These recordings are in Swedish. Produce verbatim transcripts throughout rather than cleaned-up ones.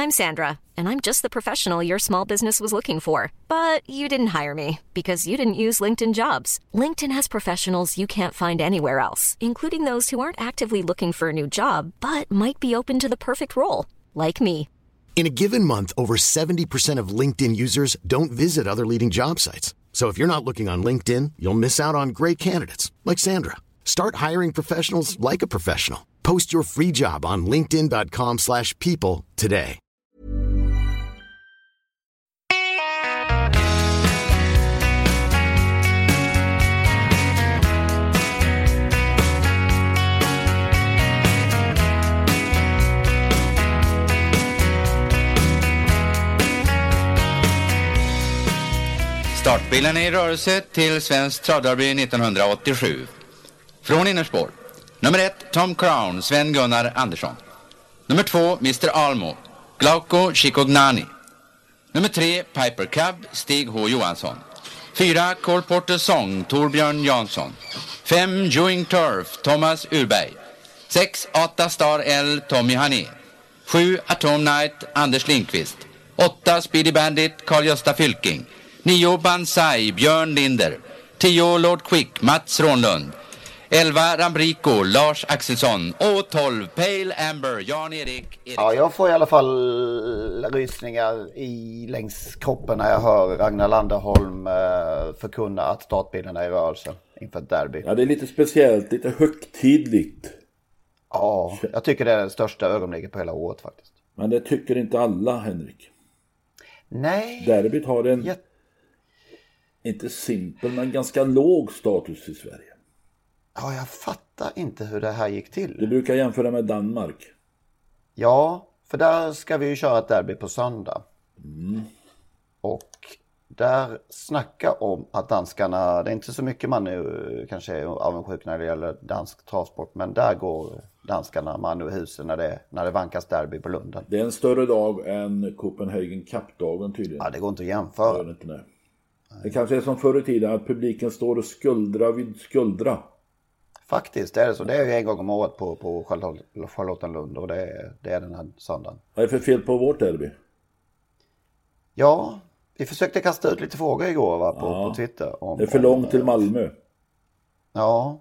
I'm Sandra, and I'm just the professional your small business was looking for. But you didn't hire me because you didn't use LinkedIn Jobs. LinkedIn has professionals you can't find anywhere else, including those who aren't actively looking for a new job, but might be open to the perfect role, like me. In a given month, over seventy percent of LinkedIn users don't visit other leading job sites. So if you're not looking on LinkedIn, you'll miss out on great candidates like Sandra. Start hiring professionals like a professional. Post your free job on linkedin dot com slash people today. Startbilen är i rörelse till Svensk travderby nittonhundraåttiosju. Från innerspår. Nummer ett, Tom Crown, Sven-Gunnar Andersson. Nummer två, mister Almo, Glauco Cicognani. Nummer tre, Piper Cub, Stig H. Johansson. Fyra, Cole Porter Song, Torbjörn Jansson. Fem, Joing Turf, Thomas Urberg. Sex, Ata Star L, Tommy Hané. Sju, Atom Knight, Anders Lindqvist. Åtta, Speedy Bandit, Carl-Gösta Fylking. Nio, Banzai, Björn Linder. Tio, Lord Quick, Mats Rånlund. Elva, Rambrico, Lars Axelsson. Och tolv, Pale Amber, Jan-Erik Eriksson. Ja, jag får i alla fall rysningar i längs kroppen när jag hör Ragnar Landerholm förkunna att startbilen är i rörelse inför ett derby. Ja, det är lite speciellt, lite högtidligt. Ja, jag tycker det är det största ögonblicket på hela året faktiskt. Men det tycker inte alla, Henrik. Nej. Derbyt har en, ja. inte simpel, men ganska låg status i Sverige. Ja, jag fattar inte hur det här gick till. Du brukar jämföra med Danmark. Ja, för där ska vi ju köra ett derby på söndag. Mm. Och där snacka om att danskarna, det är inte så mycket man nu kanske är avundsjuk när det gäller dansk travsport, men där går danskarna man ur husen när det, när det vankas derby på Lunden. Det är en större dag än Copenhagen Cup-dagen tydligen. Ja, det går inte att jämföra. Det, inte, nej. Det kanske är som förr i tiden att publiken står och skuldra vid skuldra. Faktiskt, det är det så. Det är ju en gång om året på, på Charlottenlund och det är, det är den här söndagen. Vad är det för fel på vårt derby? Ja, vi försökte kasta ut lite frågor igår va, på, ja. på Twitter. Om, det är för långt till Malmö. Ja.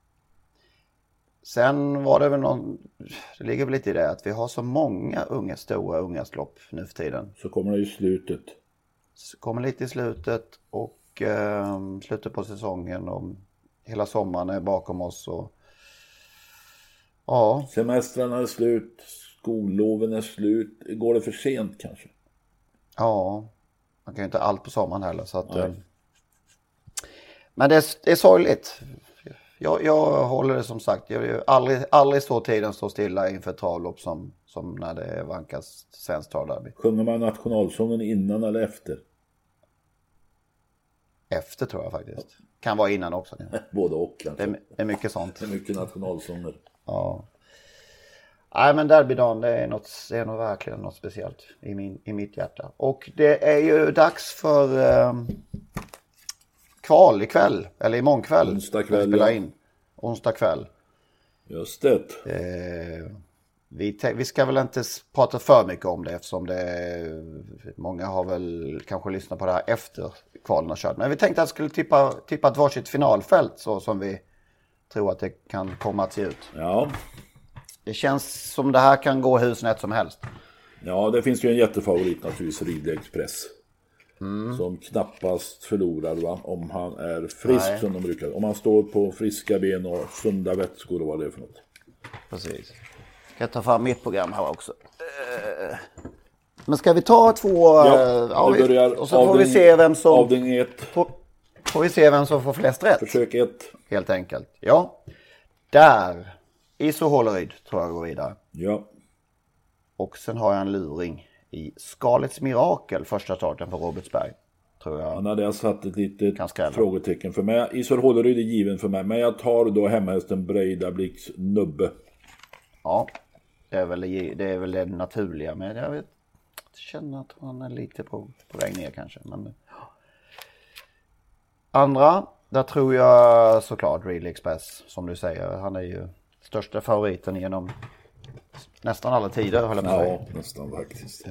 Sen var det väl någon, det ligger väl lite i det att vi har så många unga, stora ungaslopp nu för tiden. Så kommer det i slutet. Så kommer lite i slutet och eh, slutet på säsongen och hela sommaren är bakom oss. Och, ja. Semestrarna är slut, skolloven är slut. Går det för sent kanske? Ja, man kan ju inte allt på sommaren heller. Så att, eh, men det är, det är sorgligt. Jag, jag håller det som sagt. Jag vill aldrig, aldrig stå tiden stå stilla inför ett travlopp som, som när det vankas svensk travderby. Sjunger man nationalsången innan eller efter? Efter tror jag faktiskt. Kan vara innan också. Ja. Både och. Det är, det är mycket sånt. Det är mycket nationalsånger. Ja. Nej, men derbydagen, det är något, det är nog verkligen något speciellt i, min, i mitt hjärta. Och det är ju dags för eh, kval ikväll, eller imorgon kväll. Onsdag kväll, spela ja. in. Onsdag kväll. Just det. Eh, vi, te- vi ska väl inte prata för mycket om det eftersom det många har väl kanske lyssnat på det här efter kvalen har kört. Men vi tänkte att vi skulle tippa, tippa ett varsitt finalfält så som vi tror att det kan komma att se ut. Ja. Det känns som det här kan gå hur snett som helst. Ja, det finns ju en jättefavorit naturligtvis, Ridley Express. Mm. Som knappast förlorar va? Om han är frisk. Nej. Som de brukar. Om han står på friska ben och sunda vätskor och vad det är för något. Precis. Ska jag ta fram mitt program här också. Men ska vi ta två... Ja, ja vi börjar och så får vi se vem som... Avdelning ett. Får, får vi se vem som får flest rätt. Försök ett. Helt enkelt. Ja. Där. Iso Håleryd tror jag går vidare. Ja. Och sen har jag en luring i Skalets Mirakel, första starten för Robertsberg. Tror jag. Han hade jag satt ett litet frågetecken för mig. Iso Håleryd är given för mig. Men jag tar då hemmahästen Breidabliks Nubbe. Ja. Det är väl det, är väl det naturliga. Men jag vet, känner att han är lite på, på väg ner kanske. Men, ja. Andra, där tror jag såklart Ridley Express. Som du säger, han är ju största favoriten genom nästan alla tider höll jag på att säga. Ja, nästan faktiskt.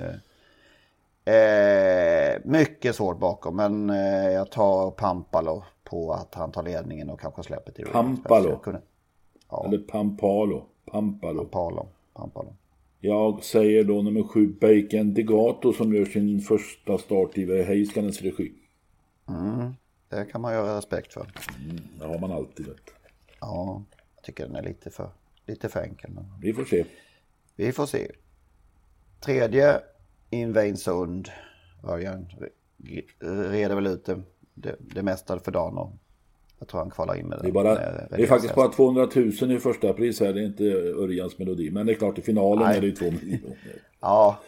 Eh, mycket svårt bakom, men eh, jag tar Pampalo på att han tar ledningen och kanske släpper till. Pampalo? Kunde... Ja. Eller Pampalo? Pampalo. Pampalo. Pampalo. Jag säger då nummer sju Bacon Degato som gör sin första start i Heiskanens regi. Mm, det kan man göra respekt för. Mm, det har man alltid vet. Ja, jag tycker den är lite för, lite för enkel. Men... Vi får se. Vi får se. Tredje Invainsund. Örjan reder väl ut det, det, det mesta för dagen och jag tror han kvalar in med det. Är bara, med, det är faktiskt bara tvåhundratusen i första pris här. Det är inte Örjans melodi. Men det är klart i finalen Nej. Är det ju två miljoner. Ja.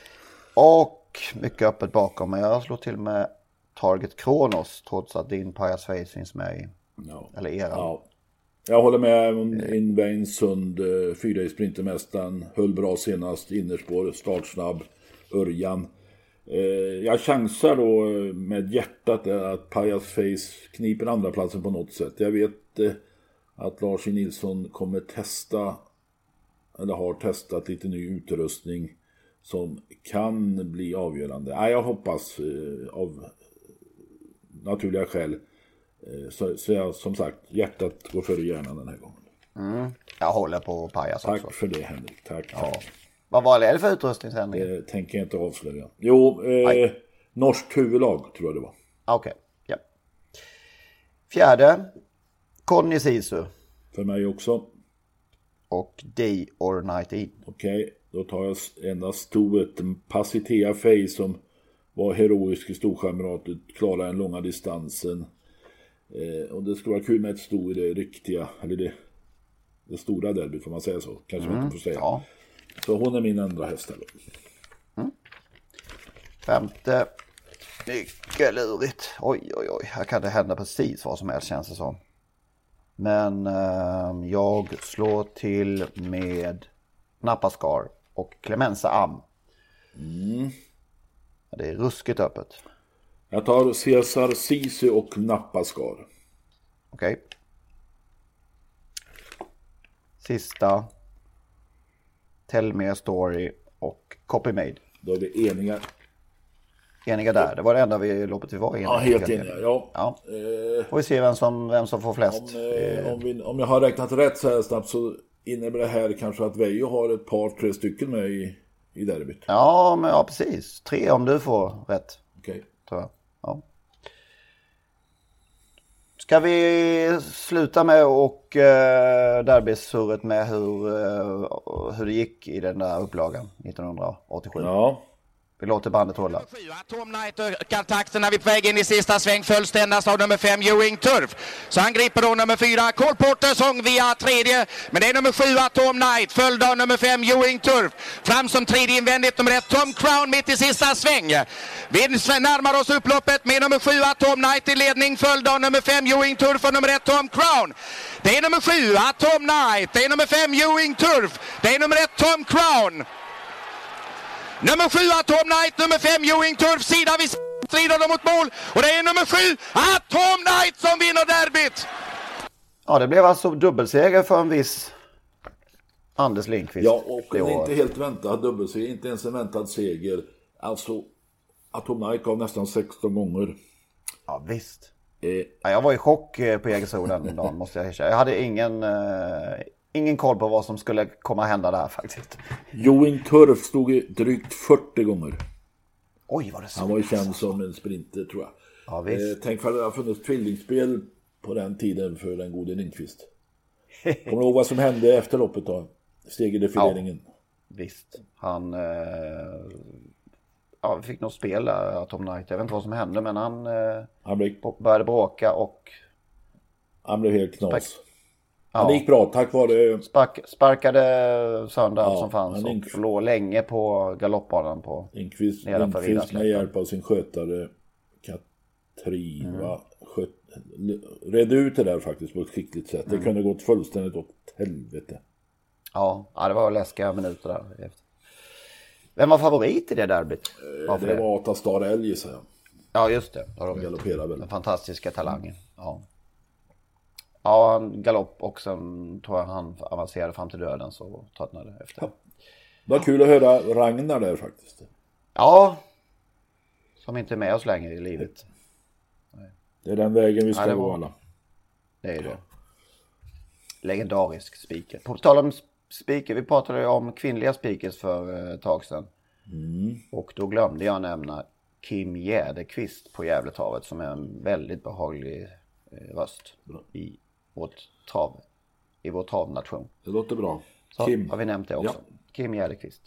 Och mycket öppet bakom. Men jag slår till med Target Kronos trots att din Pajas Face finns med i. Ja. Eller era. Ja. Jag håller med Invainsund. Fyra i Sprintermästaren. Höll bra senast. Innerspår. Startsnabb. Örjan. Jag chansar då med hjärtat att Pajas Face kniper andra platsen på något sätt. Jag vet att Lars E. Nilsson kommer testa eller har testat lite ny utrustning som kan bli avgörande. Nej, jag hoppas av naturliga skäl så, så jag som sagt hjärtat går före hjärnan den här gången. Mm, jag håller på Pajas också. Tack för det Henrik, tack. Ja. Vad var det för utrustning sen? Det tänker jag inte avslöja. Jo, eh, norskt huvudlag tror jag det var. Okej, okay. Ja. Fjärde, Conny Sisu. För mig också. Och Day or Night In. Okej, okay. Då tar jag endast stoet. Passitea Fey som var heroisk i storskärmratet. Klarade den långa distansen. Eh, och det skulle vara kul med ett sto i det riktiga, eller det, det stora derbyt får man säga så. Kanske mm, man inte får säga. Ja. Så hon är min andra häst. Mm. Femte. Mycket lurigt. Oj, oj, oj. Här kan det hända precis vad som helst känns det som. Men eh, jag slår till med Napascar och Clemenza Am. Mm. Det är ruskigt öppet. Jag tar Cesar Sisu och Napascar. Okej. Okay. Sista. Tell Me A Story och Copy Made. Då är vi eniga. Eniga där. Det var det enda vi loppet vi var eniga. Ja, helt eniga. Ja. Ja. Får vi se vem som, vem som får flest. Om, eh, om, vi, om jag har räknat rätt så här snabbt så innebär det här kanske att Veijo har ett par, tre stycken med i, i derbyt. Ja, men ja, precis. Tre om du får rätt. Okej. Okay. Tror jag. Ja. Ska vi sluta med och eh, derbysurret med hur, eh, hur det gick i den där upplagan nittonhundraåttiosju? Ja. Vi låter bandet hålla. Tom Knight ökar takten när vi är på väg in i sista sväng. Följs endast av nummer fem Ewing Turf. Så han griper då nummer fyra Cole Porter som via tredje. Men det är nummer sju Tom Knight följd av nummer fem Ewing Turf. Fram som tredje invändigt nummer ett Tom Crown mitt i sista sväng. Vi närmar oss upploppet med nummer sju Tom Knight i ledning följd av nummer fem Ewing Turf och nummer ett Tom Crown. Det är nummer sju Tom Knight. Det är nummer fem Ewing Turf. Det är nummer ett Tom Crown. Nummer sju Tom Knight, nummer fem Ewing Turf, sida vid strider de mot mål. Och det är nummer sju Tom Knight som vinner derbyt. Ja, det blev alltså dubbelseger för en viss Anders Lindqvist. Ja, och det är inte helt väntad dubbelseger, inte ens en väntad seger. Alltså, att Tom Knight gav nästan sexton gånger. Ja, visst. Eh. Ja, jag var i chock på Jägersro den dagen, måste jag erkänna. Jag hade ingen... Uh... Ingen koll på vad som skulle komma hända där faktiskt. Ewing Turf stod i drygt fyrtio gånger. Oj, vad det så. Han var ju känd som en sprinter tror jag. Ja, visst. Eh, tänk för att det har funnits tvillingspel på den tiden för den gode Lindqvist. Kommer du ihåg vad som hände efter loppet då? Segerdefineringen. Ja, visst. Han eh, ja, fick något spel där, Tom Knight. Jag vet inte vad som hände, men han, eh, han blev... började bråka och... Han blev helt knas. Spark... Ja. Det gick bra, tack vare... Spark, sparkade sönder ja, som fanns Link... och låg länge på galoppbanan på... Lindqvist, Lindqvist med hjälp av sin skötare Katrin, mm. va? Sköt... Redde ut det där faktiskt på ett skickligt sätt. Mm. Det kunde gått fullständigt åt helvete. Ja, ja det var läskiga minuter där. Vem var favorit i det derbyt? Det, det var Atastar Elg, så jag. Ja, just det. De galopperade väl. Den fantastiska talangen, ja. Ja, han galopp och sen tror jag han avancerade fram till döden så tröttnade efter. Ja. Det var kul att höra Ragnar där faktiskt. Ja, som inte är med oss längre i livet. Det är den vägen vi ska ja, gå alla. Det är det. Legendarisk speaker. På tal om speaker, vi pratade om kvinnliga speakers för ett tag sedan. Mm. Och då glömde jag nämna Kim Jäderqvist på Gävletravet som är en väldigt behaglig röst i vårt trav, i vår travnation. Det låter bra. Så Kim. har vi nämnt det också. Ja. Kim Jäderqvist.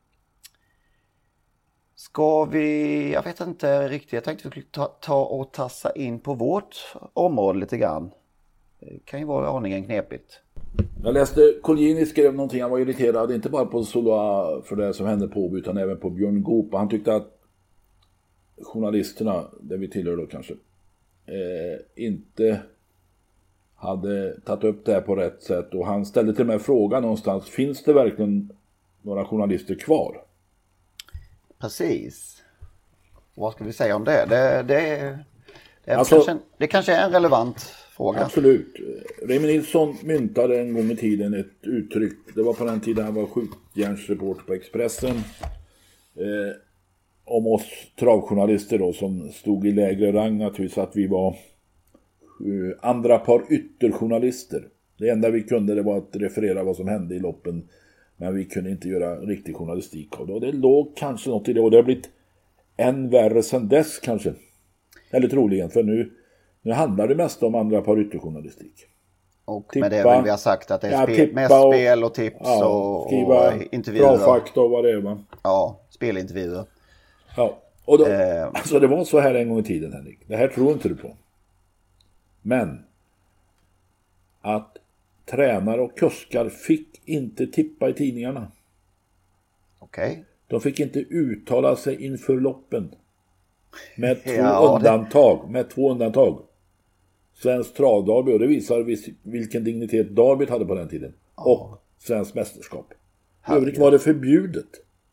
Ska vi, jag vet inte riktigt, jag tänkte vi skulle ta, ta och tassa in på vårt område lite grann. Det kan ju vara aningen knepigt. Jag läste Colgjini skrev någonting, han var irriterad inte bara på Soloa för det som hände på utan även på Björn Goop. Han tyckte att journalisterna, där vi tillhör då kanske, eh, inte hade tagit upp det här på rätt sätt. Och han ställde till och med frågan någonstans, finns det verkligen några journalister kvar? Precis. Vad ska vi säga om det? Det, det, är, det, är alltså, kanske, det kanske är en relevant fråga. Absolut. Raymond Nilsson myntade en gång i tiden ett uttryck. Det var på den tiden han var skjutjärnsreporter på Expressen. Eh, om oss travjournalister då som stod i lägre rang naturligtvis att vi var uh, andra par ytterjournalister. Det enda vi kunde det var att referera vad som hände i loppen. Men vi kunde inte göra riktig journalistik av det. Och det låg kanske något i det. Och det har blivit än värre sedan dess kanske. Eller troligen. För nu, nu handlar det mest om andra par ytterjournalistik. Och tippa, med det vill vi ha sagt att det är ja, spel, mest och, spel och tips ja, och, skriva och intervjuer. Bra fakta och vad det är va? Ja, spelintervjuer. Ja, och då, eh. alltså det var så här en gång i tiden Henrik. Det här tror inte du på. Men att tränare och kuskar fick inte tippa i tidningarna. Okej. Okay. De fick inte uttala sig inför loppen. Med två ja, undantag. Det... Med två undantag. Svensk travderby, och det visar vilken dignitet derbyt hade på den tiden. Ja. Och svensk mästerskap. I övrigt var det förbjudet.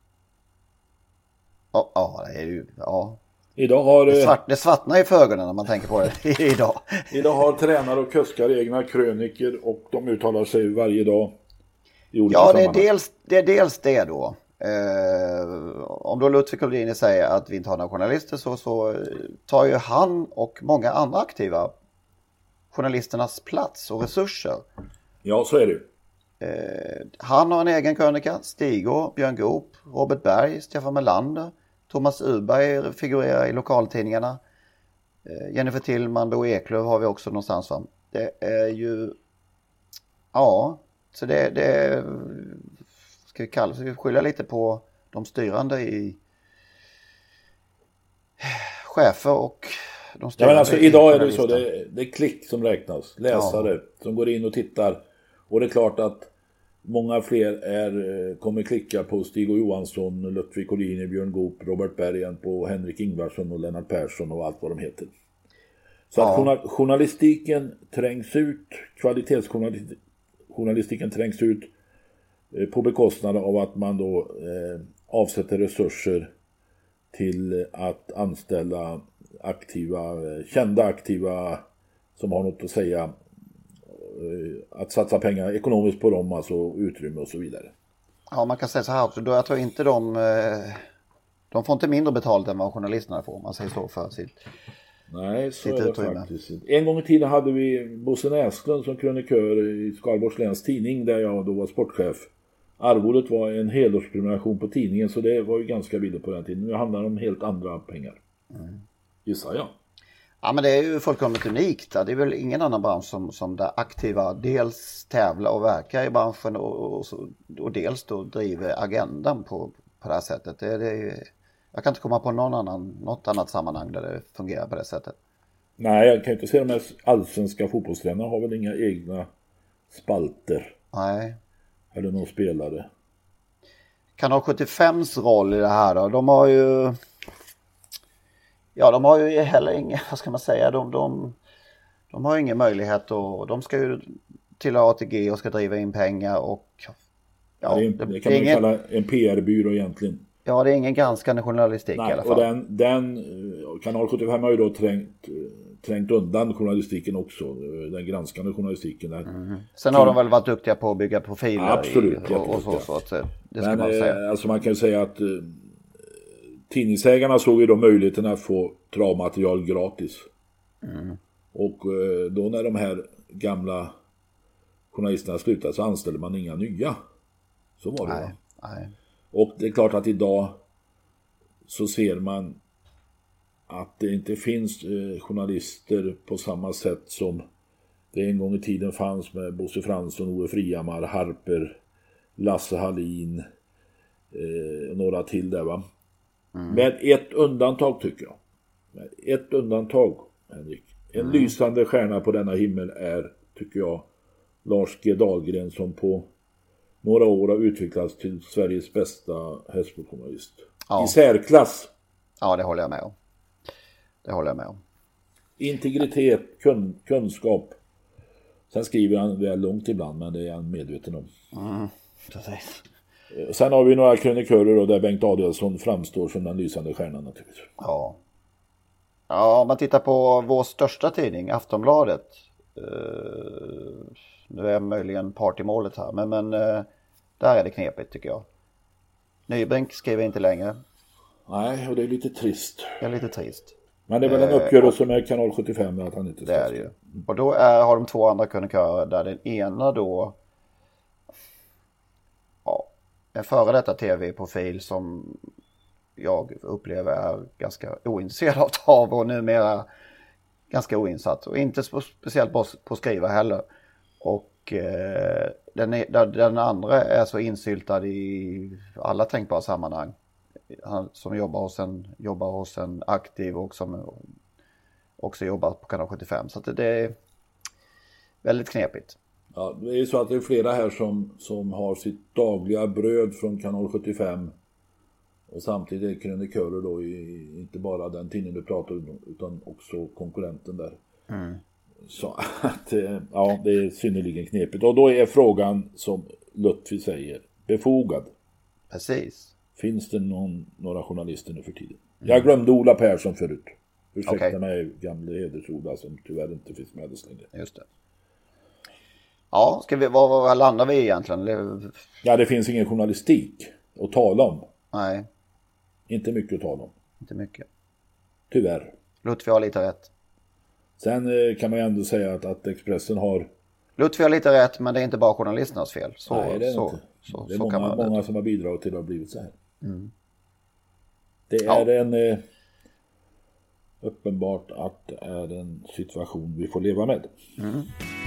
Ja, ja, det är ju... Ja. Idag har, det, svart, det svartnar i fögonen när man tänker på det idag. Idag har tränare och kuskar egna kröniker och de uttalar sig varje dag i olika ja, det är, sammanhang. dels, det är dels det då. Eh, om då Ludvig Colgjini säger att vi inte har några journalister så, så tar ju han och många andra aktiva journalisternas plats och resurser. Ja, så är det ju. Eh, han har en egen krönika, Stigå, Björn Goop, Robert Berg, Stefan Melander, Thomas Urberg figurerar i lokaltidningarna. Eh, Jennifer Tillman, Bo Eklöf har vi också någonstans va. Det är ju, ja, så det, det ska vi kalla, ska vi skylla lite på de styrande i chefer och de styrande. Ja, men alltså idag är det så, det, det är klick som räknas, läsare ja. som går in och tittar. Och det är klart att många fler är, kommer klicka på Stig och Johansson, Ludvig Colgjini, Björn Goop, Robert Bergen, på Henrik Ingvarsson och Lennart Persson och allt vad de heter. Så ja. att journalistiken trängs ut, kvalitetsjournalistiken trängs ut på bekostnad av att man då eh, avsätter resurser till att anställa aktiva, kända aktiva som har något att säga, att satsa pengar ekonomiskt på dem, alltså utrymme och så vidare. Ja, man kan säga så här också, då jag tror inte de de får inte mindre betalt än vad journalisterna får, man säger så för sitt. Nej, så är det faktiskt. En gång i tiden hade vi Bosse Näslund som krönikör i Skaraborgs läns tidning där jag då var sportchef. Arvodet var en helårsprenumeration på tidningen, så det var ju ganska billigt på den tiden. Nu handlar det om helt andra pengar. Mm. Gissar jag. Ja, men det är ju fullkomligt unikt. Det är väl ingen annan bransch som, som där aktiva dels tävlar och verkar i branschen och, och, och dels då driver agendan på, på det här sättet. Det, det, jag kan inte komma på någon annan, något annat sammanhang där det fungerar på det sättet. Nej, jag kan inte se de här allsvenska fotbollstränarna har väl inga egna spalter. Nej. Eller någon spelare. Kanal sjuttiofems roll i det här då, de har ju... Ja, de har ju heller ingen, vad ska man säga, de, de, de har ingen möjlighet och de ska ju till A T G och ska driva in pengar och ja, det, är, det, det kan man ingen, kalla en P R-byrå egentligen. Ja, det är ingen granskande journalistik. Nej, i alla fall. Och den, den Kanal sjuttiofem har ju då trängt, trängt undan journalistiken också, den granskande journalistiken där. Mm. Sen har de väl varit duktiga på att bygga profiler. Absolut, i, och, och så, så att det ska Men, man säga. Alltså man kan säga att eh, tidningsägarna såg ju då möjligheten att få travmaterial gratis. Mm. Och eh, då när de här gamla journalisterna slutade så anställde man inga nya. Så var det. Nej, nej. Och det är klart att idag så ser man att det inte finns eh, journalister på samma sätt som det en gång i tiden fanns med Bosse Fransson, Ove Frihammar, Harper, Lasse Hallin eh, och några till där va. Mm. Med ett undantag tycker jag. Med ett undantag, Henrik. En mm. lysande stjärna på denna himmel är, tycker jag, Lars G. Dahlgren som på några år har utvecklats till Sveriges bästa hästsportjournalist. Ja. I särklass. Ja, det håller jag med om. Det håller jag med om. Integritet, kun, kunskap. Sen skriver han väl långt ibland, men det är han medveten om. Mm, precis. Sen har vi några krönikörer då, där Bengt Adielsson framstår som den lysande stjärnan naturligtvis. Ja. Ja, om man tittar på vår största tidning, Aftonbladet. Uh, nu är jag möjligen part i målet här, men, men uh, där är det knepigt tycker jag. Nybrink skriver inte längre. Nej, och det är lite trist. Det är lite trist. Men det är väl en uppgörelse med Kanal sjuttiofem att han inte ska. Det är det ju. Och då är, har de två andra krönikörer där den ena då ja, en före detta tv-profil som jag upplever är ganska ointresserad av trav och numera ganska oinsatt. Och inte speciellt på att skriva heller. Och eh, den, är, den andra är så insyltad i alla tänkbara sammanhang. Han som jobbar hos en, jobbar hos en aktiv och som också jobbar på Kanal sjuttiofem. Så att det är väldigt knepigt. Ja, det är ju så att det är flera här som, som har sitt dagliga bröd från Kanal sjuttiofem. Och samtidigt är krönikörer då i, inte bara den tidningen du pratar om utan också konkurrenten där. Mm. Så att ja, det är synnerligen knepigt. Och då är frågan som Lutfi säger befogad. Precis. Finns det någon, några journalister nu för tiden? Mm. Jag glömde Ola Persson förut. Ursäkta okay. mig, gamla hedersola som tyvärr inte finns med oss längre. Just det. Ja, ska vi, var, var landar vi egentligen? Ja, det finns ingen journalistik att tala om. Nej. Inte mycket att tala om. Inte mycket. Tyvärr. Lutfi har lite rätt. Sen eh, kan man ju ändå säga att, att Expressen har... Lutfi har lite rätt, men det är inte bara journalisternas fel. Så, Nej, det är så, inte. Så, det är så många, kan man många rätt. som har bidragit till att ha blivit så här. Mm. Det är ja. en... Eh, uppenbart att det är en situation vi får leva med. Mm.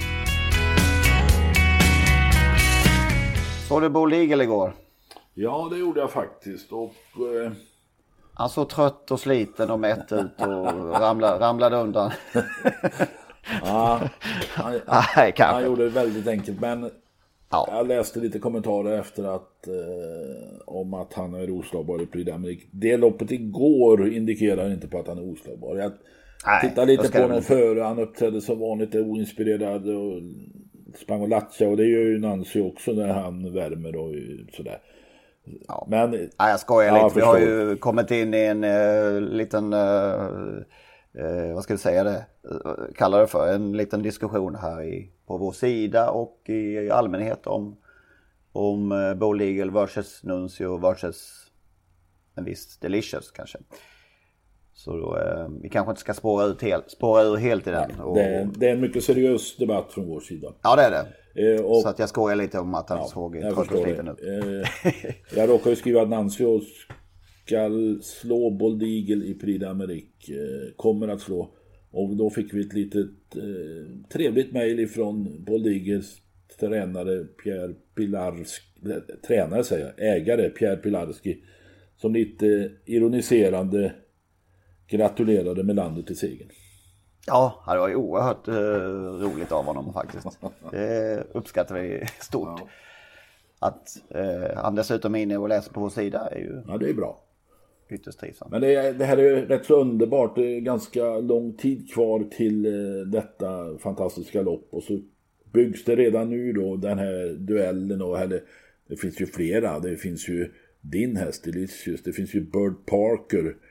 Såg du Bo Ligel igår? Ja, det gjorde jag faktiskt. Och, eh... han såg trött och sliten och mätt ut och ramlade, ramlade undan. ja, han, Nej, kanske. han gjorde det väldigt enkelt. Men ja. jag läste lite kommentarer efter att eh, om att han är oslagbar i Prix d'Amérique. Det loppet igår indikerar inte på att han är oslagbar. Jag Nej, tittade lite på honom du... före. Han uppträdde som vanligt oinspirerad och sprang och latcha. Och det gör ju Nancy också när han värmer och sådär. Ja. Men, Nej, jag skojar ja, lite. Vi har ju kommit in i en uh, liten, uh, uh, vad ska vi säga det, uh, kallar det för, en liten diskussion här i, på vår sida och i allmänhet om, om uh, Bo Ligel versus Nuncio versus en viss Delicious kanske. Så då, uh, vi kanske inte ska spåra, ut helt, spåra ur helt i den. Nej, och, det, är, det är en mycket seriös debatt från vår sida. Ja, det är det. Eh, och, så att jag skojar lite om att han ja, såg trött och sliten ut. Eh, jag råkar ju skriva att Nancy ska slå Bold Eagle i Prix d'Amérique. Eh, kommer att slå. Och då fick vi ett litet eh, trevligt mejl ifrån Bold Eagles tränare Pierre Pilarski. Eh, tränare säger jag. Ägare Pierre Pilarski. Som lite ironiserande gratulerade med landet till segern. Ja, det var ju oerhört uh, roligt av honom faktiskt. Det uppskattar vi stort. Ja. Att uh, han dessutom är inne och läser på vår sida är ju... Ja, det är bra. Ytterst trivsamt. Men det, är, det här är rätt så underbart. Det är ganska lång tid kvar till uh, detta fantastiska lopp. Och så byggs det redan nu då den här duellen. Och, eller, det finns ju flera. Det finns ju din häst Delicious. Det finns ju Bird Parker.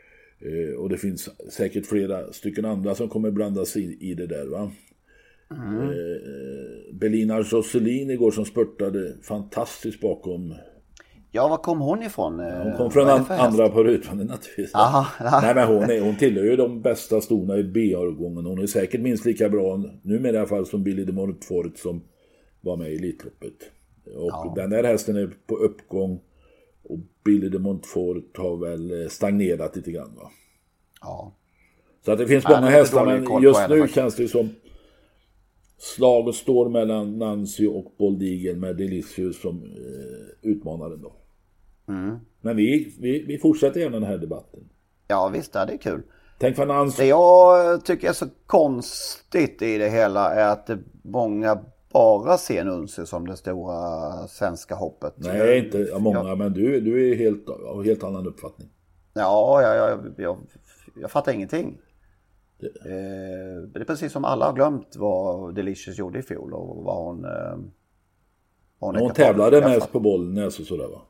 Eh, och det finns säkert flera stycken andra som kommer blandas in i det där, va? Mm. Eh, Belina Josselin igår som spurtade fantastiskt bakom. Ja, var kom hon ifrån? Hon kom från an- andra på rutan naturligtvis. Aha, aha. Nej, men hon, är, hon tillhör ju de bästa storna i B-årgången. Hon är säkert minst lika bra numera i alla fall som Billy de Montfort som var med i Elitloppet. Och ja. Den här hästen är på uppgång och Billy de Montfort har väl stagnerat lite grann, va? Ja. Så att det finns många hästar, men just nu känns det som slaget står mellan Nancy och Bold Eagle med Delicious som eh, utmanaren då. Mm. Men vi, vi, vi fortsätter gärna den här debatten. Ja visst, det är kul. Tänk vad Nancy... Det jag tycker är så konstigt i det hela är att det många bara ser Nuncio som det stora svenska hoppet. Nej, inte många, ja. Men du, du är helt, har helt annan uppfattning. Ja, jag, jag, jag, jag fattar ingenting. Det. Eh, det är precis som alla har glömt vad Delicious gjorde i fjol och vad hon... Eh, hon, hon tävlade mest på bollen och sådär, va?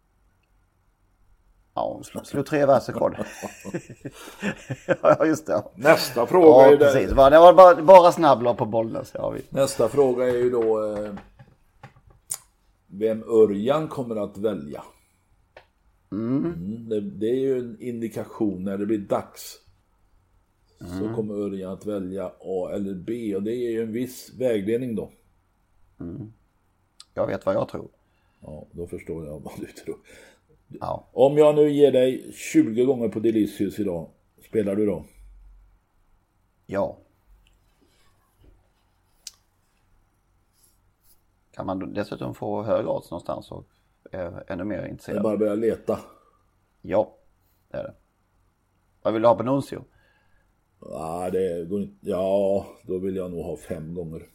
Ja, hon slog, slog tre världsrekord. Ja, just det. Nästa fråga ja, är precis. Det var bara, bara snabbla på bollen. Så har vi. Nästa fråga är ju då eh, vem Örjan kommer att välja. Mm. Mm, det, det är ju en indikation när det blir dags. Mm. Så kommer Örjan att välja A eller B. Och det är ju en viss vägledning då. Mm. Jag vet vad jag tror. Ja, då förstår jag vad du tror. Ja. Om jag nu ger dig tjugo gånger på Delicious idag, spelar du då? Ja. Kan man dessutom få högre odds någonstans så är jag ännu mer intresserad. Jag bara börjar leta. Ja, det är det. Vad vill du ha på Nuncio? Ja, det går inte. Ja, då vill jag nog ha fem gånger.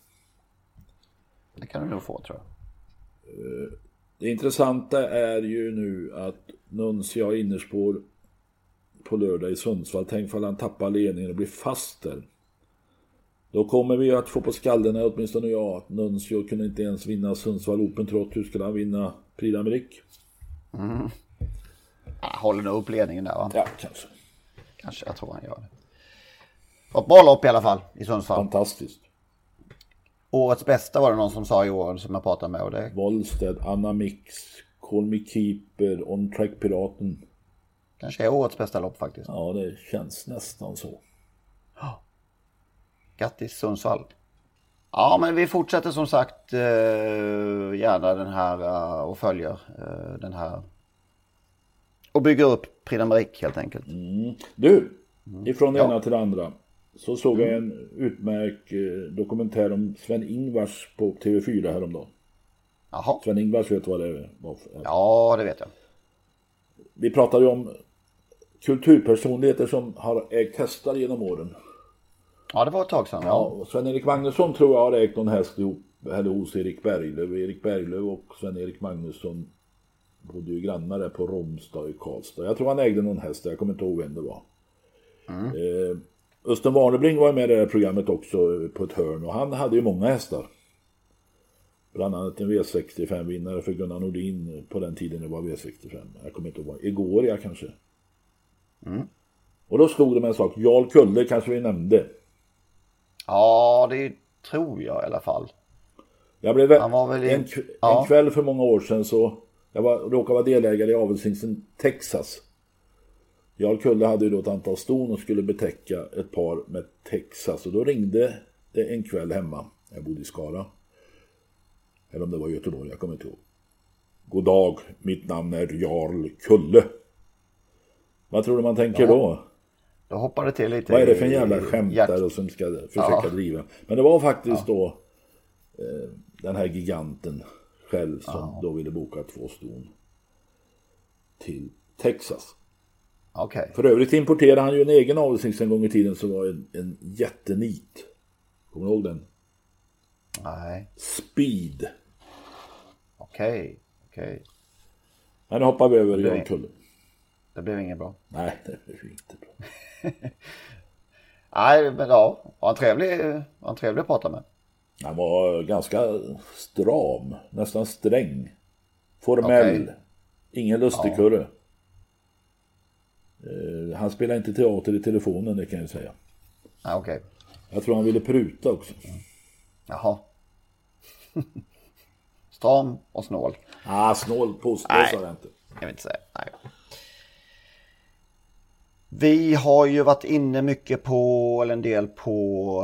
Det kan du nog få, tror jag. Uh, Det intressanta är ju nu att Nuncio har innerspår på lördag i Sundsvall. Tänk för att han tappar ledningen och blir fast där. Då kommer vi att få på skalderna, åtminstone jag, att Nuncio kunde inte ens vinna Sundsvall Open trots hur skulle han vinna Prix d'Amérique. Mm. Ja, håller nog upp ledningen där, va? Ja, kanske. Kanske, jag tror han gör det. Ett bra lopp i alla fall i Sundsvall. Fantastiskt. Årets bästa var det någon som sa i år som jag pratade med. Och det... Wollsted, Anna Mix, Call Me Keeper, On Track Piraten. Kanske är årets bästa lopp faktiskt. Ja, det känns nästan så. Oh. Grattis Sundsvall. Ja, men vi fortsätter som sagt eh, gärna den här uh, och följer uh, den här. Och bygger upp Prix d'Amérique helt enkelt. Mm. Du, ifrån det ja. ena till det andra. Så såg jag en utmärkt eh, dokumentär om Sven-Ingvars på T V fyra häromdagen. Jaha. Sven-Ingvars vet vad det var för. Ja, det vet jag. Vi pratade ju om kulturpersonligheter som har ägt hästar genom åren. Ja, det var ett tag sedan. Ja. Ja, Sven-Erik Magnusson tror jag har ägt någon häst ihop, eller hos Erik Berglöf. Erik Berglöf och Sven-Erik Magnusson bodde ju grannar där på Romstad i Karlstad. Jag tror han ägde någon häst, jag kommer inte ihåg vem det var. Mm. Eh, Östen Warnerbring var med i det här programmet också på ett hörn och han hade ju många hästar. Bland annat en V sextiofem-vinnare för Gunnar Nordin på den tiden det var V sextiofem. Jag kommer inte ihåg, igår jag kanske. Mm. Och då stod det med en sak, Jarl Kulle kanske vi nämnde. Ja, det tror jag i alla fall. Jag blev Han var väl i... en, ja. en kväll för många år sedan så jag var, råkade vara delägare i avelshingsten Texas. Jarl Kulle hade ju då ett antal ston och skulle betäcka ett par med Texas. Och då ringde det en kväll hemma. Jag bodde i Skara. Eller om det var Göteborg, jag kommer inte ihåg. God dag, mitt namn är Jarl Kulle. Vad tror du man tänker ja. då? Då hoppar det till lite. Vad är det för en jävla skämt där och som ska försöka ja. driva? Men det var faktiskt ja. då eh, den här giganten själv som ja. då ville boka två ston till Texas. Okay. För övrigt importerade han ju en egen avelshingst en gång i tiden som var en, en jättenit. Kommer du ihåg den? Nej. Speed. Okej, okay. okej. Okay. Men nu hoppar vi över Jarl Kulle. Det blev inget bra. Nej, det blev inte bra. Nej, men ja. Var han trevlig, var han trevlig att prata med? Han var ganska stram. Nästan sträng. Formell. Okay. Ingen lustigkurre. Ja. han spelar inte teater i telefonen, det kan jag säga. Ah, okej. Okay. Jag tror han ville pruta också. Jaha. Stram och snål. Ah, snål påstås har jag inte. Jag vill inte säga, nej. Vi har ju varit inne mycket på, eller en del på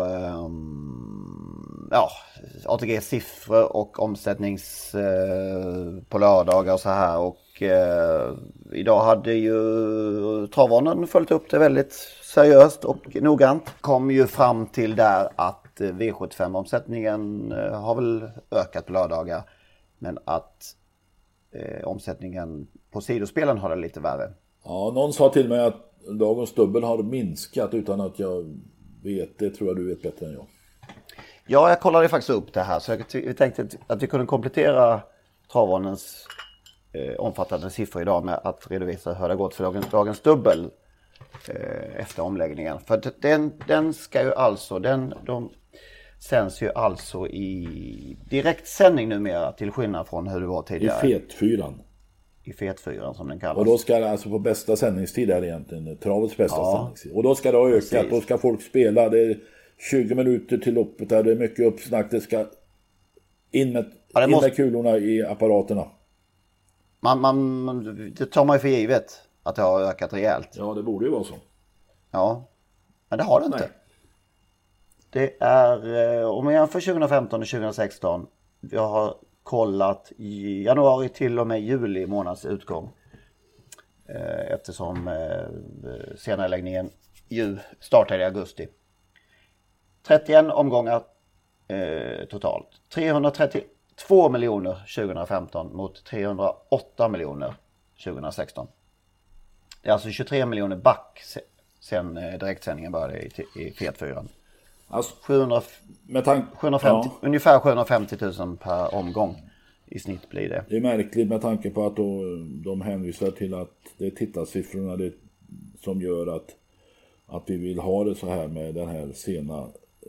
um, ja, A T G-siffror och omsättnings uh, på lördagar och så här. Och uh, idag hade ju Travvanen följt upp det väldigt seriöst och noggrant. Kom ju fram till där att V sjuttiofem-omsättningen uh, har väl ökat på lördagar. Men att uh, omsättningen på sidospelen har det lite värre. Ja, någon sa till mig att dagens dubbel har minskat utan att jag vet, det tror jag du vet bättre än jag. Ja, jag kollade faktiskt upp det här så jag tänkte att vi kunde komplettera Travvanens eh, omfattande siffror idag med att redovisa hur det gått för dagens, dagens dubbel eh, efter omläggningen. För den, den ska ju alltså, den, de sänds ju alltså i direktsändning numera till skillnad från hur det var tidigare. I fetfyran. I fetfyran som den kallas. Och då ska det alltså på bästa sändningstid här egentligen, travets bästa ja. sändningstid. Och då ska det ha ökat, precis. Då ska folk spela, det är tjugo minuter till loppet där, det är mycket uppsnack, det ska in med, ja, in måste... med kulorna i apparaterna. Man, man, det tar man ju för givet att det har ökat rejält. Ja, det borde ju vara så. Ja, men det har det inte. Nej. Det är, om jag jämför tjugo femton och tjugo sexton, jag har kollat i januari till och med juli månads utgång. Eh, eftersom eh, senareläggningen ju startade i augusti. trettioen omgångar eh, totalt. trehundratrettiotvå miljoner tjugo femton mot trehundraåtta miljoner tjugo sexton. Det är alltså tjugotre miljoner back sen eh, direktsändningen började i, i fetfyran. Alltså, sjuhundra, med tank- sjuhundrafemtio, ja. Ungefär sjuhundrafemtio tusen per omgång i snitt blir det. Det är märkligt med tanke på att då, de hänvisar till att det är tittarsiffrorna det, som gör att, att vi vill ha det så här med den här sena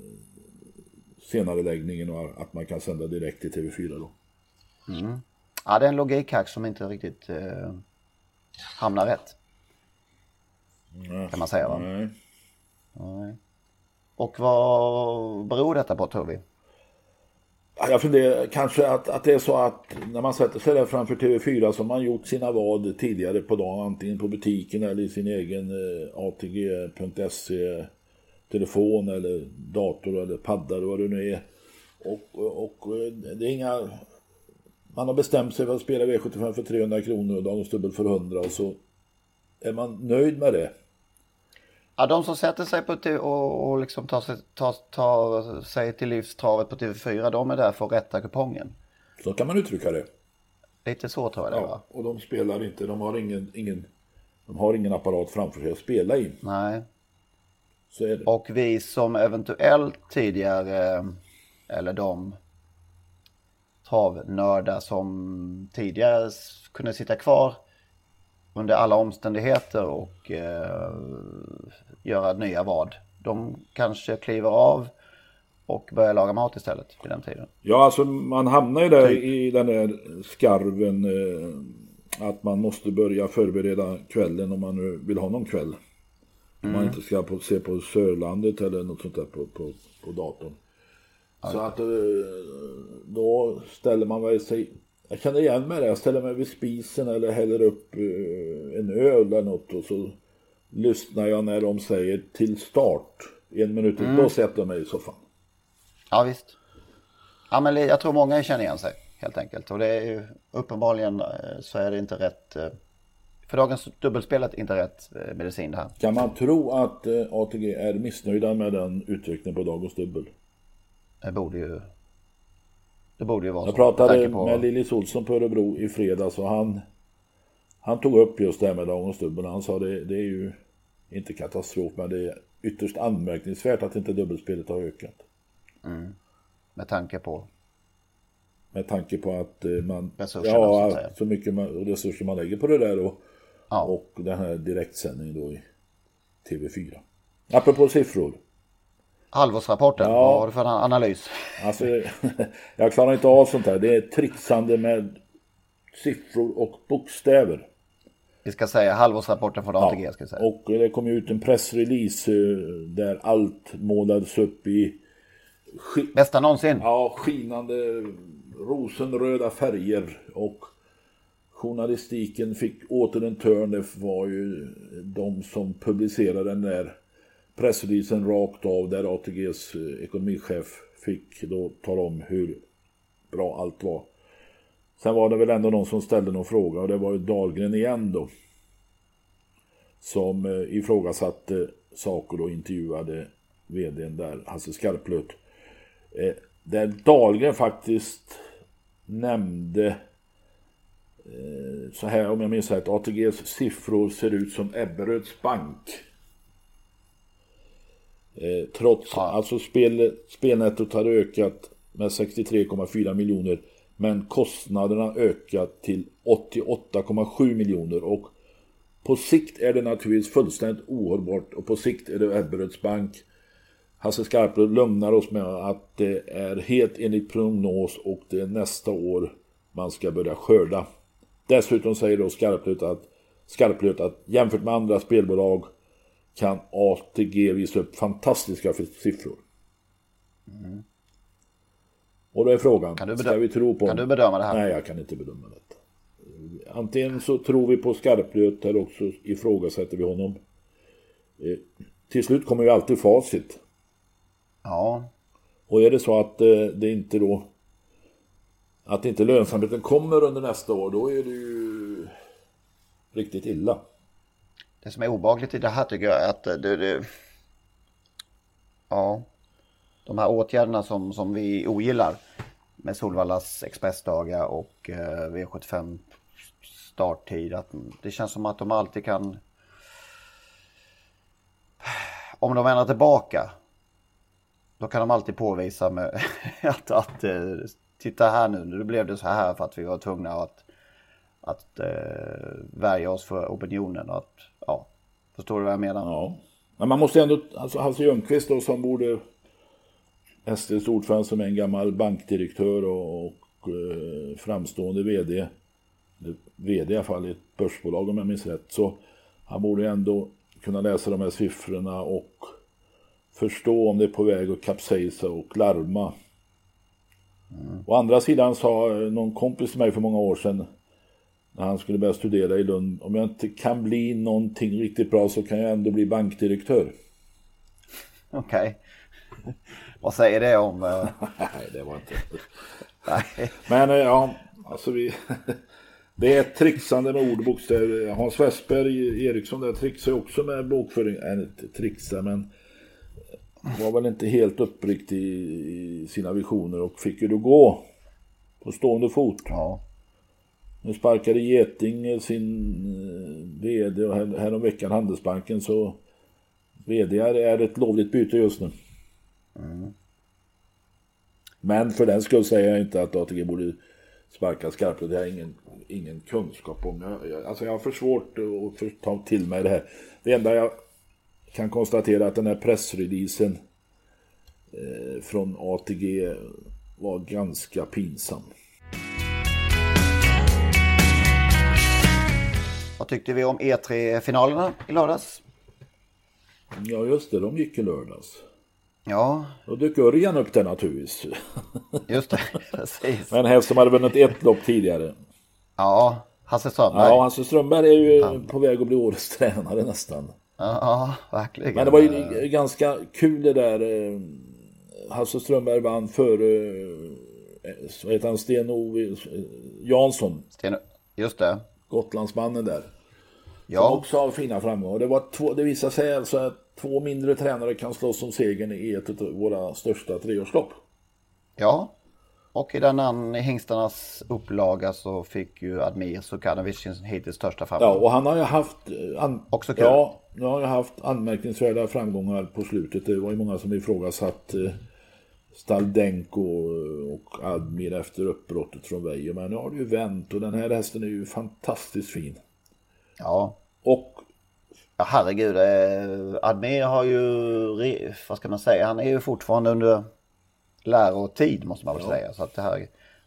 senare läggningen och att man kan sända direkt till T V fyra då. Mm. Ja, det är en logik här som inte riktigt eh, hamnar rätt. Nej. Kan man säga, va? Nej. Nej. Och vad beror detta på, tror vi? Jag funderar kanske att, att det är så att när man sätter sig där framför T V fyra så har man gjort sina vad tidigare på dagen, antingen på butiken eller i sin egen eh, A T G punkt se telefon eller dator eller padda eller vad det nu är. Och, och det är inga... Man har bestämt sig för att spela V sjuttiofem för trehundra kronor och dagens dubbel för hundra och så är man nöjd med det. Ja, de som sätter sig på t- och, och liksom tar, sig, tar, tar sig till livstravet på T V fyra, de är där för att rätta kupongen. Så kan man uttrycka det. Lite så tror jag det, ja, va? Och de spelar inte, de har ingen, ingen, de har ingen apparat framför sig att spela in. Nej. Så är det. Och vi som eventuellt tidigare, eller de travnördar som tidigare kunde sitta kvar under alla omständigheter och eh, göra nya vad. De kanske kliver av och börjar laga mat istället vid den tiden. Ja, alltså man hamnar ju där i den där skarven eh, att man måste börja förbereda kvällen om man nu vill ha någon kväll. Om mm. man inte ska på, se på Sörlandet eller något sånt där på, på, på datorn. Ja. Så att eh, då ställer man väl sig... Jag känner igen mig där. Jag ställer mig vid spisen eller häller upp uh, en öl eller något och så lyssnar jag när de säger till start. En minut mm. då sätter jag mig i soffan. Ja, visst. Ja, men jag tror många känner igen sig helt enkelt. Och det är ju uppenbarligen så är det inte rätt. För dagens dubbelspelet inte rätt medicin det här. Kan man tro att uh, A T G är missnöjda med den utvecklingen på dagens dubbel? Det borde ju... Det borde ju vara jag så. pratade på... med Lillis Olsson på Örebro i fredags och han, han tog upp just det här med dagens dubbel. Han sa det, det är ju inte katastrof men det är ytterst anmärkningsvärt att inte dubbelspelet har ökat. Mm. Med tanke på? Med tanke på att man resurserna, ja, så, att så mycket man, resurser man lägger på det där och, ja. och den här direktsändningen då i T V fyra. Apropå siffror. Halvårsrapporten, ja. Vad har du för en analys? Alltså, jag klarar inte av sånt här. Det är trixande med siffror och bokstäver. Vi ska säga halvårsrapporten från A T G. Ja, ska vi säga. och det kom ut en pressrelease där allt målades upp i sk- Bästa någonsin. Ja, skinande rosenröda färger, och journalistiken fick åter en törn. Det var ju de som publicerade den där pressreleasen rakt av, där A T G:s ekonomichef fick då tala om hur bra allt var. Sen var det väl ändå någon som ställde någon fråga, och det var ju Dahlgren igen då, som eh, ifrågasatte saker och intervjuade vdn där, Hasse Skarplöt. Eh, där Dahlgren faktiskt nämnde eh, så här, om jag minns rätt, A T G:s siffror ser ut som Ebberöds bank. Eh, trots, ja. alltså spel, spelnettot har ökat med sextiotre komma fyra miljoner, men kostnaderna ökat till åttioåtta komma sju miljoner, och på sikt är det naturligtvis fullständigt ohållbart, och på sikt är det Ebberöds bank. Hasse Skarplöt lugnar oss med att det är helt enligt prognos, och det är nästa år man ska börja skörda. Dessutom säger då Skarplöt att, Skarplöt att jämfört med andra spelbolag kan A T G visa upp fantastiska siffror. Mm. Och då är frågan, kan du bedö- ska vi tro på... Kan du bedöma det här? Nej, jag kan inte bedöma det. Antingen så tror vi på Skarplöt, eller också ifrågasätter vi honom. Eh, till slut kommer ju alltid facit. Ja. Och är det så att eh, det inte då att inte lönsamheten kommer under nästa år, då är det ju riktigt illa. Det som är obehagligt i det här tycker jag är att det, det, ja, de här åtgärderna som, som vi ogillar med Solvallas expressdagar och eh, V sjuttiofem starttid, att det känns som att de alltid kan, om de vänder tillbaka, då kan de alltid påvisa med att, att titta här nu, nu blev det så här för att vi var tvungna att att eh, värja oss för opinionen, och att, ja, förstår du vad jag menar? Ja, men man måste ändå, alltså Hasse Ljungqvist då, som borde S D:s ordförande, som är en gammal bankdirektör och, och eh, framstående vd, vd i alla fall i ett börsbolag om jag minns rätt, så han borde ändå kunna läsa de här siffrorna och förstå om det är på väg att kapsejsa och larma. Mm. Å andra sidan sa någon kompis till mig för många år sedan, när han skulle börja studera i Lund, om jag inte kan bli någonting riktigt bra så kan jag ändå bli bankdirektör. Okej. Okay. Vad säger det om? Uh... Nej, det var inte. Nej. Men ja, alltså vi... det är ett trixande med ordbokstäver. Hans Westberg Eriksson där trixar också med bokföring. Nej, inte trixa, men var väl inte helt uppriktig i sina visioner och fick ju då gå på stående fot. Ja. Nu sparkade Geting sin vd och här, här om veckan Handelsbanken, så vd är ett lovligt byte just nu. Mm. Men för den skull säger jag inte att A T G borde sparka Skarplöt. Det har ingen, ingen kunskap om. Jag, alltså jag har för svårt att för, ta till mig det här. Det enda jag kan konstatera är att den här pressreleasen eh, från A T G var ganska pinsam. Vad tyckte vi om E tre-finalerna i lördags? Ja just det, de gick i lördags. Ja. Då dök Örjan upp där naturligtvis. Just det, precis. Men häst som hade vunnit ett lopp tidigare. Ja, Hasse Strömberg. Ja, Hasse Strömberg är ju Han. på väg att bli årets tränare nästan. Ja, verkligen. Men det var ju ganska kul det där. Hasse Strömberg vann före, vad heter han, Sten-Ove Jansson. Sten, just det. Gotlandsmannen där. Ja. Som också har fina framgångar. Det, var två, det visar sig alltså att två mindre tränare kan slåss om segern i ett av våra största treårslopp. Ja, och i den hängstarnas upplaga så fick ju Admir Sukanovic sin hittills största framgång. Ja, och han har ju haft an- också kul. Ja, han har ju haft anmärkningsvärda framgångar på slutet. Det var ju många som ifrågasatt eh, Staldenko och Admir efter uppbrottet från Veje. Men nu har det ju vänt och den här hästen är ju fantastiskt fin. Ja. Och ja, herregud, eh, Admir har ju, vad ska man säga, han är ju fortfarande under lärotid måste man väl ja. säga. Så att det här,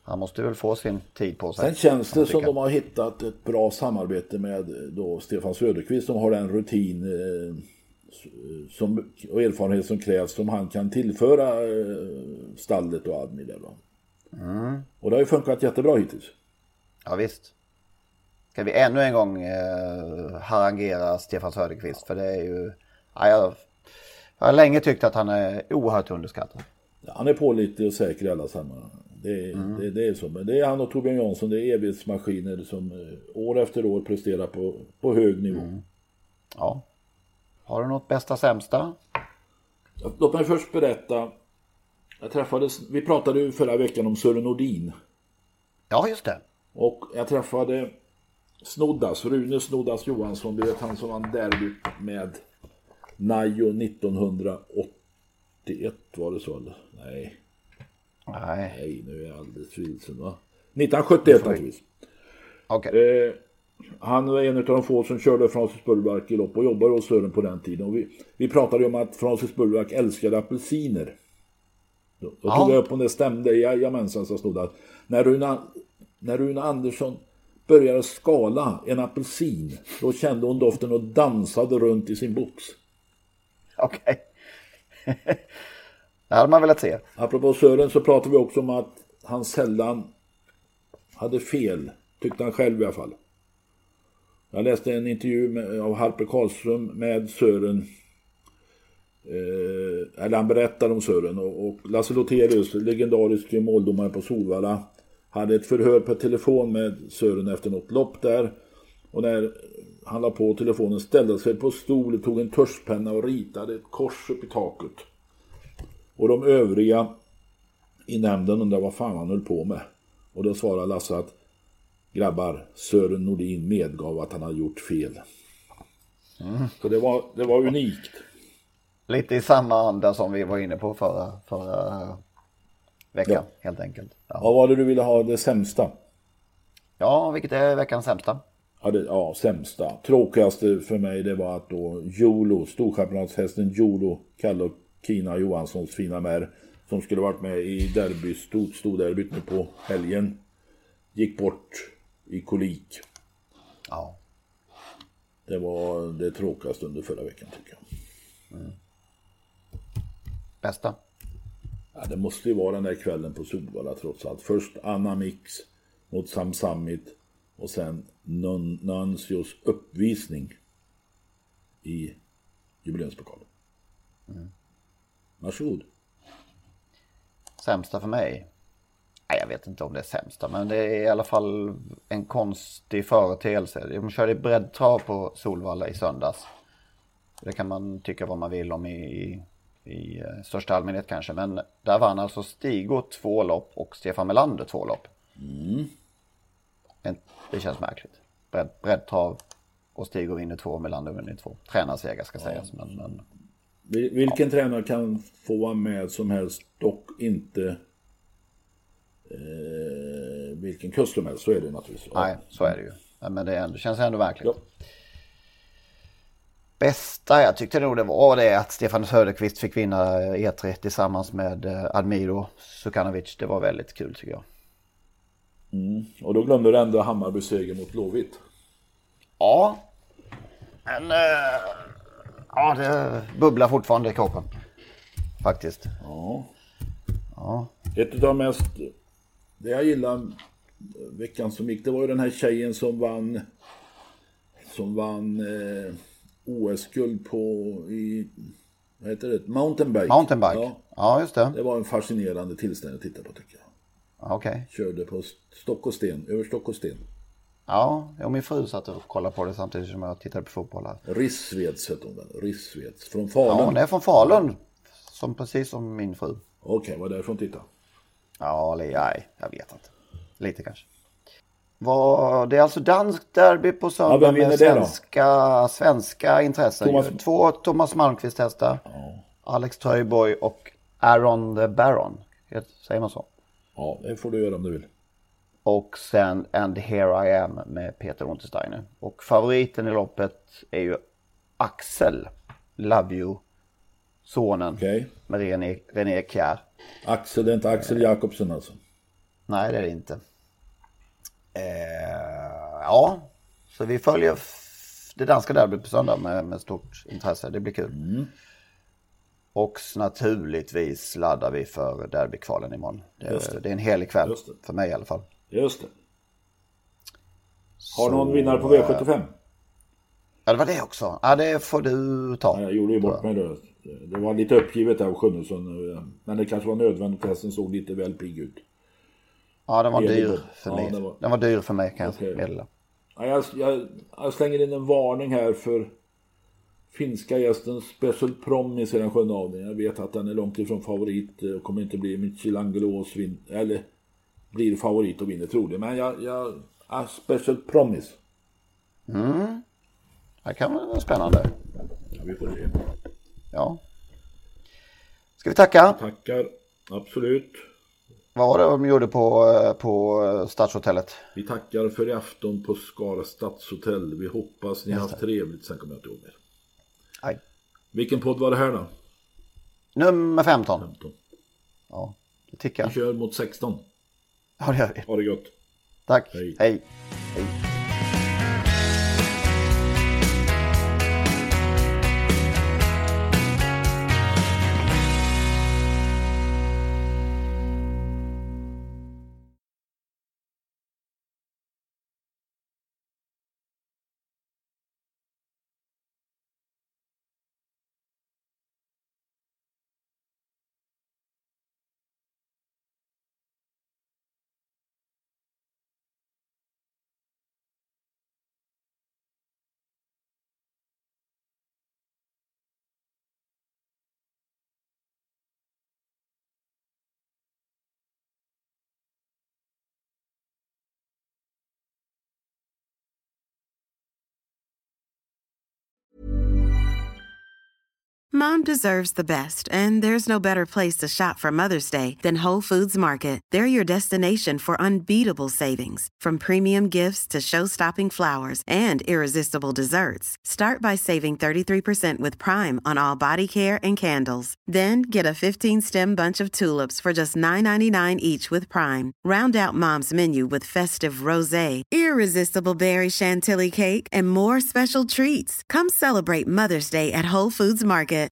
han måste väl få sin tid på sig. Sen känns det som de har hittat ett bra samarbete med då Stefan Söderqvist som har den rutin eh, som, och erfarenhet som krävs som han kan tillföra eh, stallet och Admi där då. Mm. Och det har ju funkat jättebra hittills. Ja visst. Ska vi ännu en gång eh, harangera Stefan Söderqvist, för det är ju ja, jag, jag har länge tyckt att han är oerhört underskattad. Ja, han är pålitlig och säker i alla sammanhang. Det, mm. det, det är så. Men det är han och Torbjörn Jansson, det är evighetsmaskiner som eh, år efter år presterar på, på hög nivå. Mm. Ja. Har du något bästa sämsta? Låt mig först berätta. Jag träffades, vi pratade ju förra veckan om Sören Nordin. Ja, just det. Och jag träffade Snoddas, Rune Snoddas Johansson, du vet han som vann derby med Najo nittonhundraåttioett, var det så eller? Nej. Nej. Nej, nu är jag alldeles vilsen va? nittonhundrasjuttioett naturligtvis. Okej. Okay. Eh, han var en av de få som körde Francis Bullback i lopp och jobbade hos Sören på den tiden. Och vi, vi pratade om att Francis Bullback älskade apelsiner. Då, då tog jag upp om det stämde. Jajamensan, så stod det. När Rune, när Rune Andersson började skala en apelsin, då kände hon doften och dansade runt i sin box. Okej. Okay. Det hade man velat se. Apropå Sören så pratade vi också om att han sällan hade fel. Tyckte han själv i alla fall. Jag läste en intervju med, av Harper Karlström med Sören. Eh, eller han berättade om Sören. Och, och Lasse Loterius, legendarisk måldomare på Solvalla, hade ett förhör på telefon med Sören efter något lopp där. Och när han la på telefonen ställde sig på stol, tog en tuschpenna och ritade ett kors upp i taket. Och de övriga i nämnden undrade vad fan han höll på med. Och då svarade Lasse att grabbar, Sören Nordin medgav att han hade gjort fel. Mm. Så det var, det var unikt. Lite i samma anda som vi var inne på förra, förra veckan, ja. Helt enkelt. Ja. Vad var det du ville ha det sämsta? Ja, vilket är veckans sämsta? Ja, det, ja, sämsta. Tråkigaste för mig det var att då Jolo, storchampionatshästen Jolo, Kalle och Kina Johanssons fina mär, som skulle varit med i derby, stod, stod derbyt nu på helgen, gick bort i kolik. Ja. Det var det tråkigaste under förra veckan tycker jag. Mm. Bästa? Ja, det måste ju vara den där kvällen på Solvalla trots allt. Först Anna Mix mot Sam Summit och sen Nancios uppvisning i jubileumspokalen. Mm. Varsågod. Sämsta för mig? Nej, jag vet inte om det är sämsta, men det är i alla fall en konstig företeelse. De körde breddtrav på Solvalla i söndags. Det kan man tycka vad man vill om i, i, i största allmänhet kanske. Men där vann alltså Stigo två lopp och Stefan Melander två lopp. Mm. Men det känns märkligt. Bredd, breddtrav och Stigo vinner två och Melander vinner två. Tränarseger ska ja. sägas. Men, men, Vilken ja. tränare kan få vara med som helst, dock inte eh, vilken kust som helst, så är det naturligtvis. Nej, så är det ju. Men det, ändå, det känns ändå verkligt. Ja. Bästa jag tyckte nog det var det att Stefan Söderqvist fick vinna E tre tillsammans med Admiro Sukanovic. Det var väldigt kul tycker jag. Mm. Och då glömde du ändå Hammarby seger mot Blåvitt. Ja. Men äh, ja, det bubblar fortfarande i kroppen. Faktiskt. Ja. Ja. Ett av de mest, det jag gillar veckan som gick, det var ju den här tjejen som vann som vann eh, O S-guld på i, vad heter det? Mountainbike. Mountainbike. Ja. ja, just det. Det var en fascinerande tillställning att titta på tycker jag. Okej. Okay. Körde på stock och sten, över stock och sten. Ja, och min fru satt och kollade på det samtidigt som jag tittade på fotboll här. Rissveds heter hon väl? Rissveds. Från Falun. Ja, hon är från Falun. Som, precis som min fru. Okej, okay, vad är det från titta? Ja, nej, jag vet inte. Lite kanske. Var, det är alltså dansk derby på söndag ja, med svenska, svenska intressen. Thomas... Två Thomas Malmqvist hästar. Ja. Alex Tröjborg och Aaron the Baron. Säger man så? Ja, det får du göra om du vill. Och sen And Here I Am med Peter Untersteiner. Och favoriten i loppet är ju Axel Love You, sonen okay. med René, René Kjær. Axel, det är inte Axel Jakobsen alltså? Nej, det är det inte. Eh, ja, så vi följer f- det danska derbyt på söndag med, med stort intresse. Det blir kul. Mm. Och naturligtvis laddar vi för derbykvalen imorgon. Det, det. det är en helig kväll, för mig i alla fall. Just det. Har så, någon vinnare på V sjuttiofem? Ja, det var det också. Ja, det får du ta. Ja, jag gjorde ju bort mig då. Det var lite uppgivet av Sjunnesson. Men det kanske var nödvändigt. Hästen såg lite väl pigg ut. Ja, den var dyr för mig. Ja, den, var... den var dyr för mig, kan okay. jag meddela. Ja, jag, jag, jag slänger in en varning här för finska gästen Special Promise i den sjunde avdelningen. Jag vet att den är långt ifrån favorit och kommer inte bli Michelangelo vin eller blir favorit och vinner troligen. Men jag, jag ja, Special Promise. Mm. Det kan vara spännande. Ja, vi får se. Ja. Ska vi tacka? Jag tackar, absolut. Vad var det de gjorde på, på Stadshotellet? Vi tackar för i afton på Skara Stadshotell. Vi hoppas ni har haft trevligt. Sen kommer jag inte ihåg mer. Nej. Vilken podd var det här då? Nummer femton. femton. Ja, det tycker jag. Vi kör mot sexton. Ja, det gör vi. Ha det gott. Tack. Hej. Hej. Hej. Mom deserves the best, and there's no better place to shop for Mother's Day than Whole Foods Market. They're your destination for unbeatable savings, from premium gifts to show-stopping flowers and irresistible desserts. Start by saving thirty-three percent with Prime on all body care and candles. Then get a fifteen-stem bunch of tulips for just nine ninety-nine each with Prime. Round out Mom's menu with festive rosé, irresistible berry chantilly cake, and more special treats. Come celebrate Mother's Day at Whole Foods Market.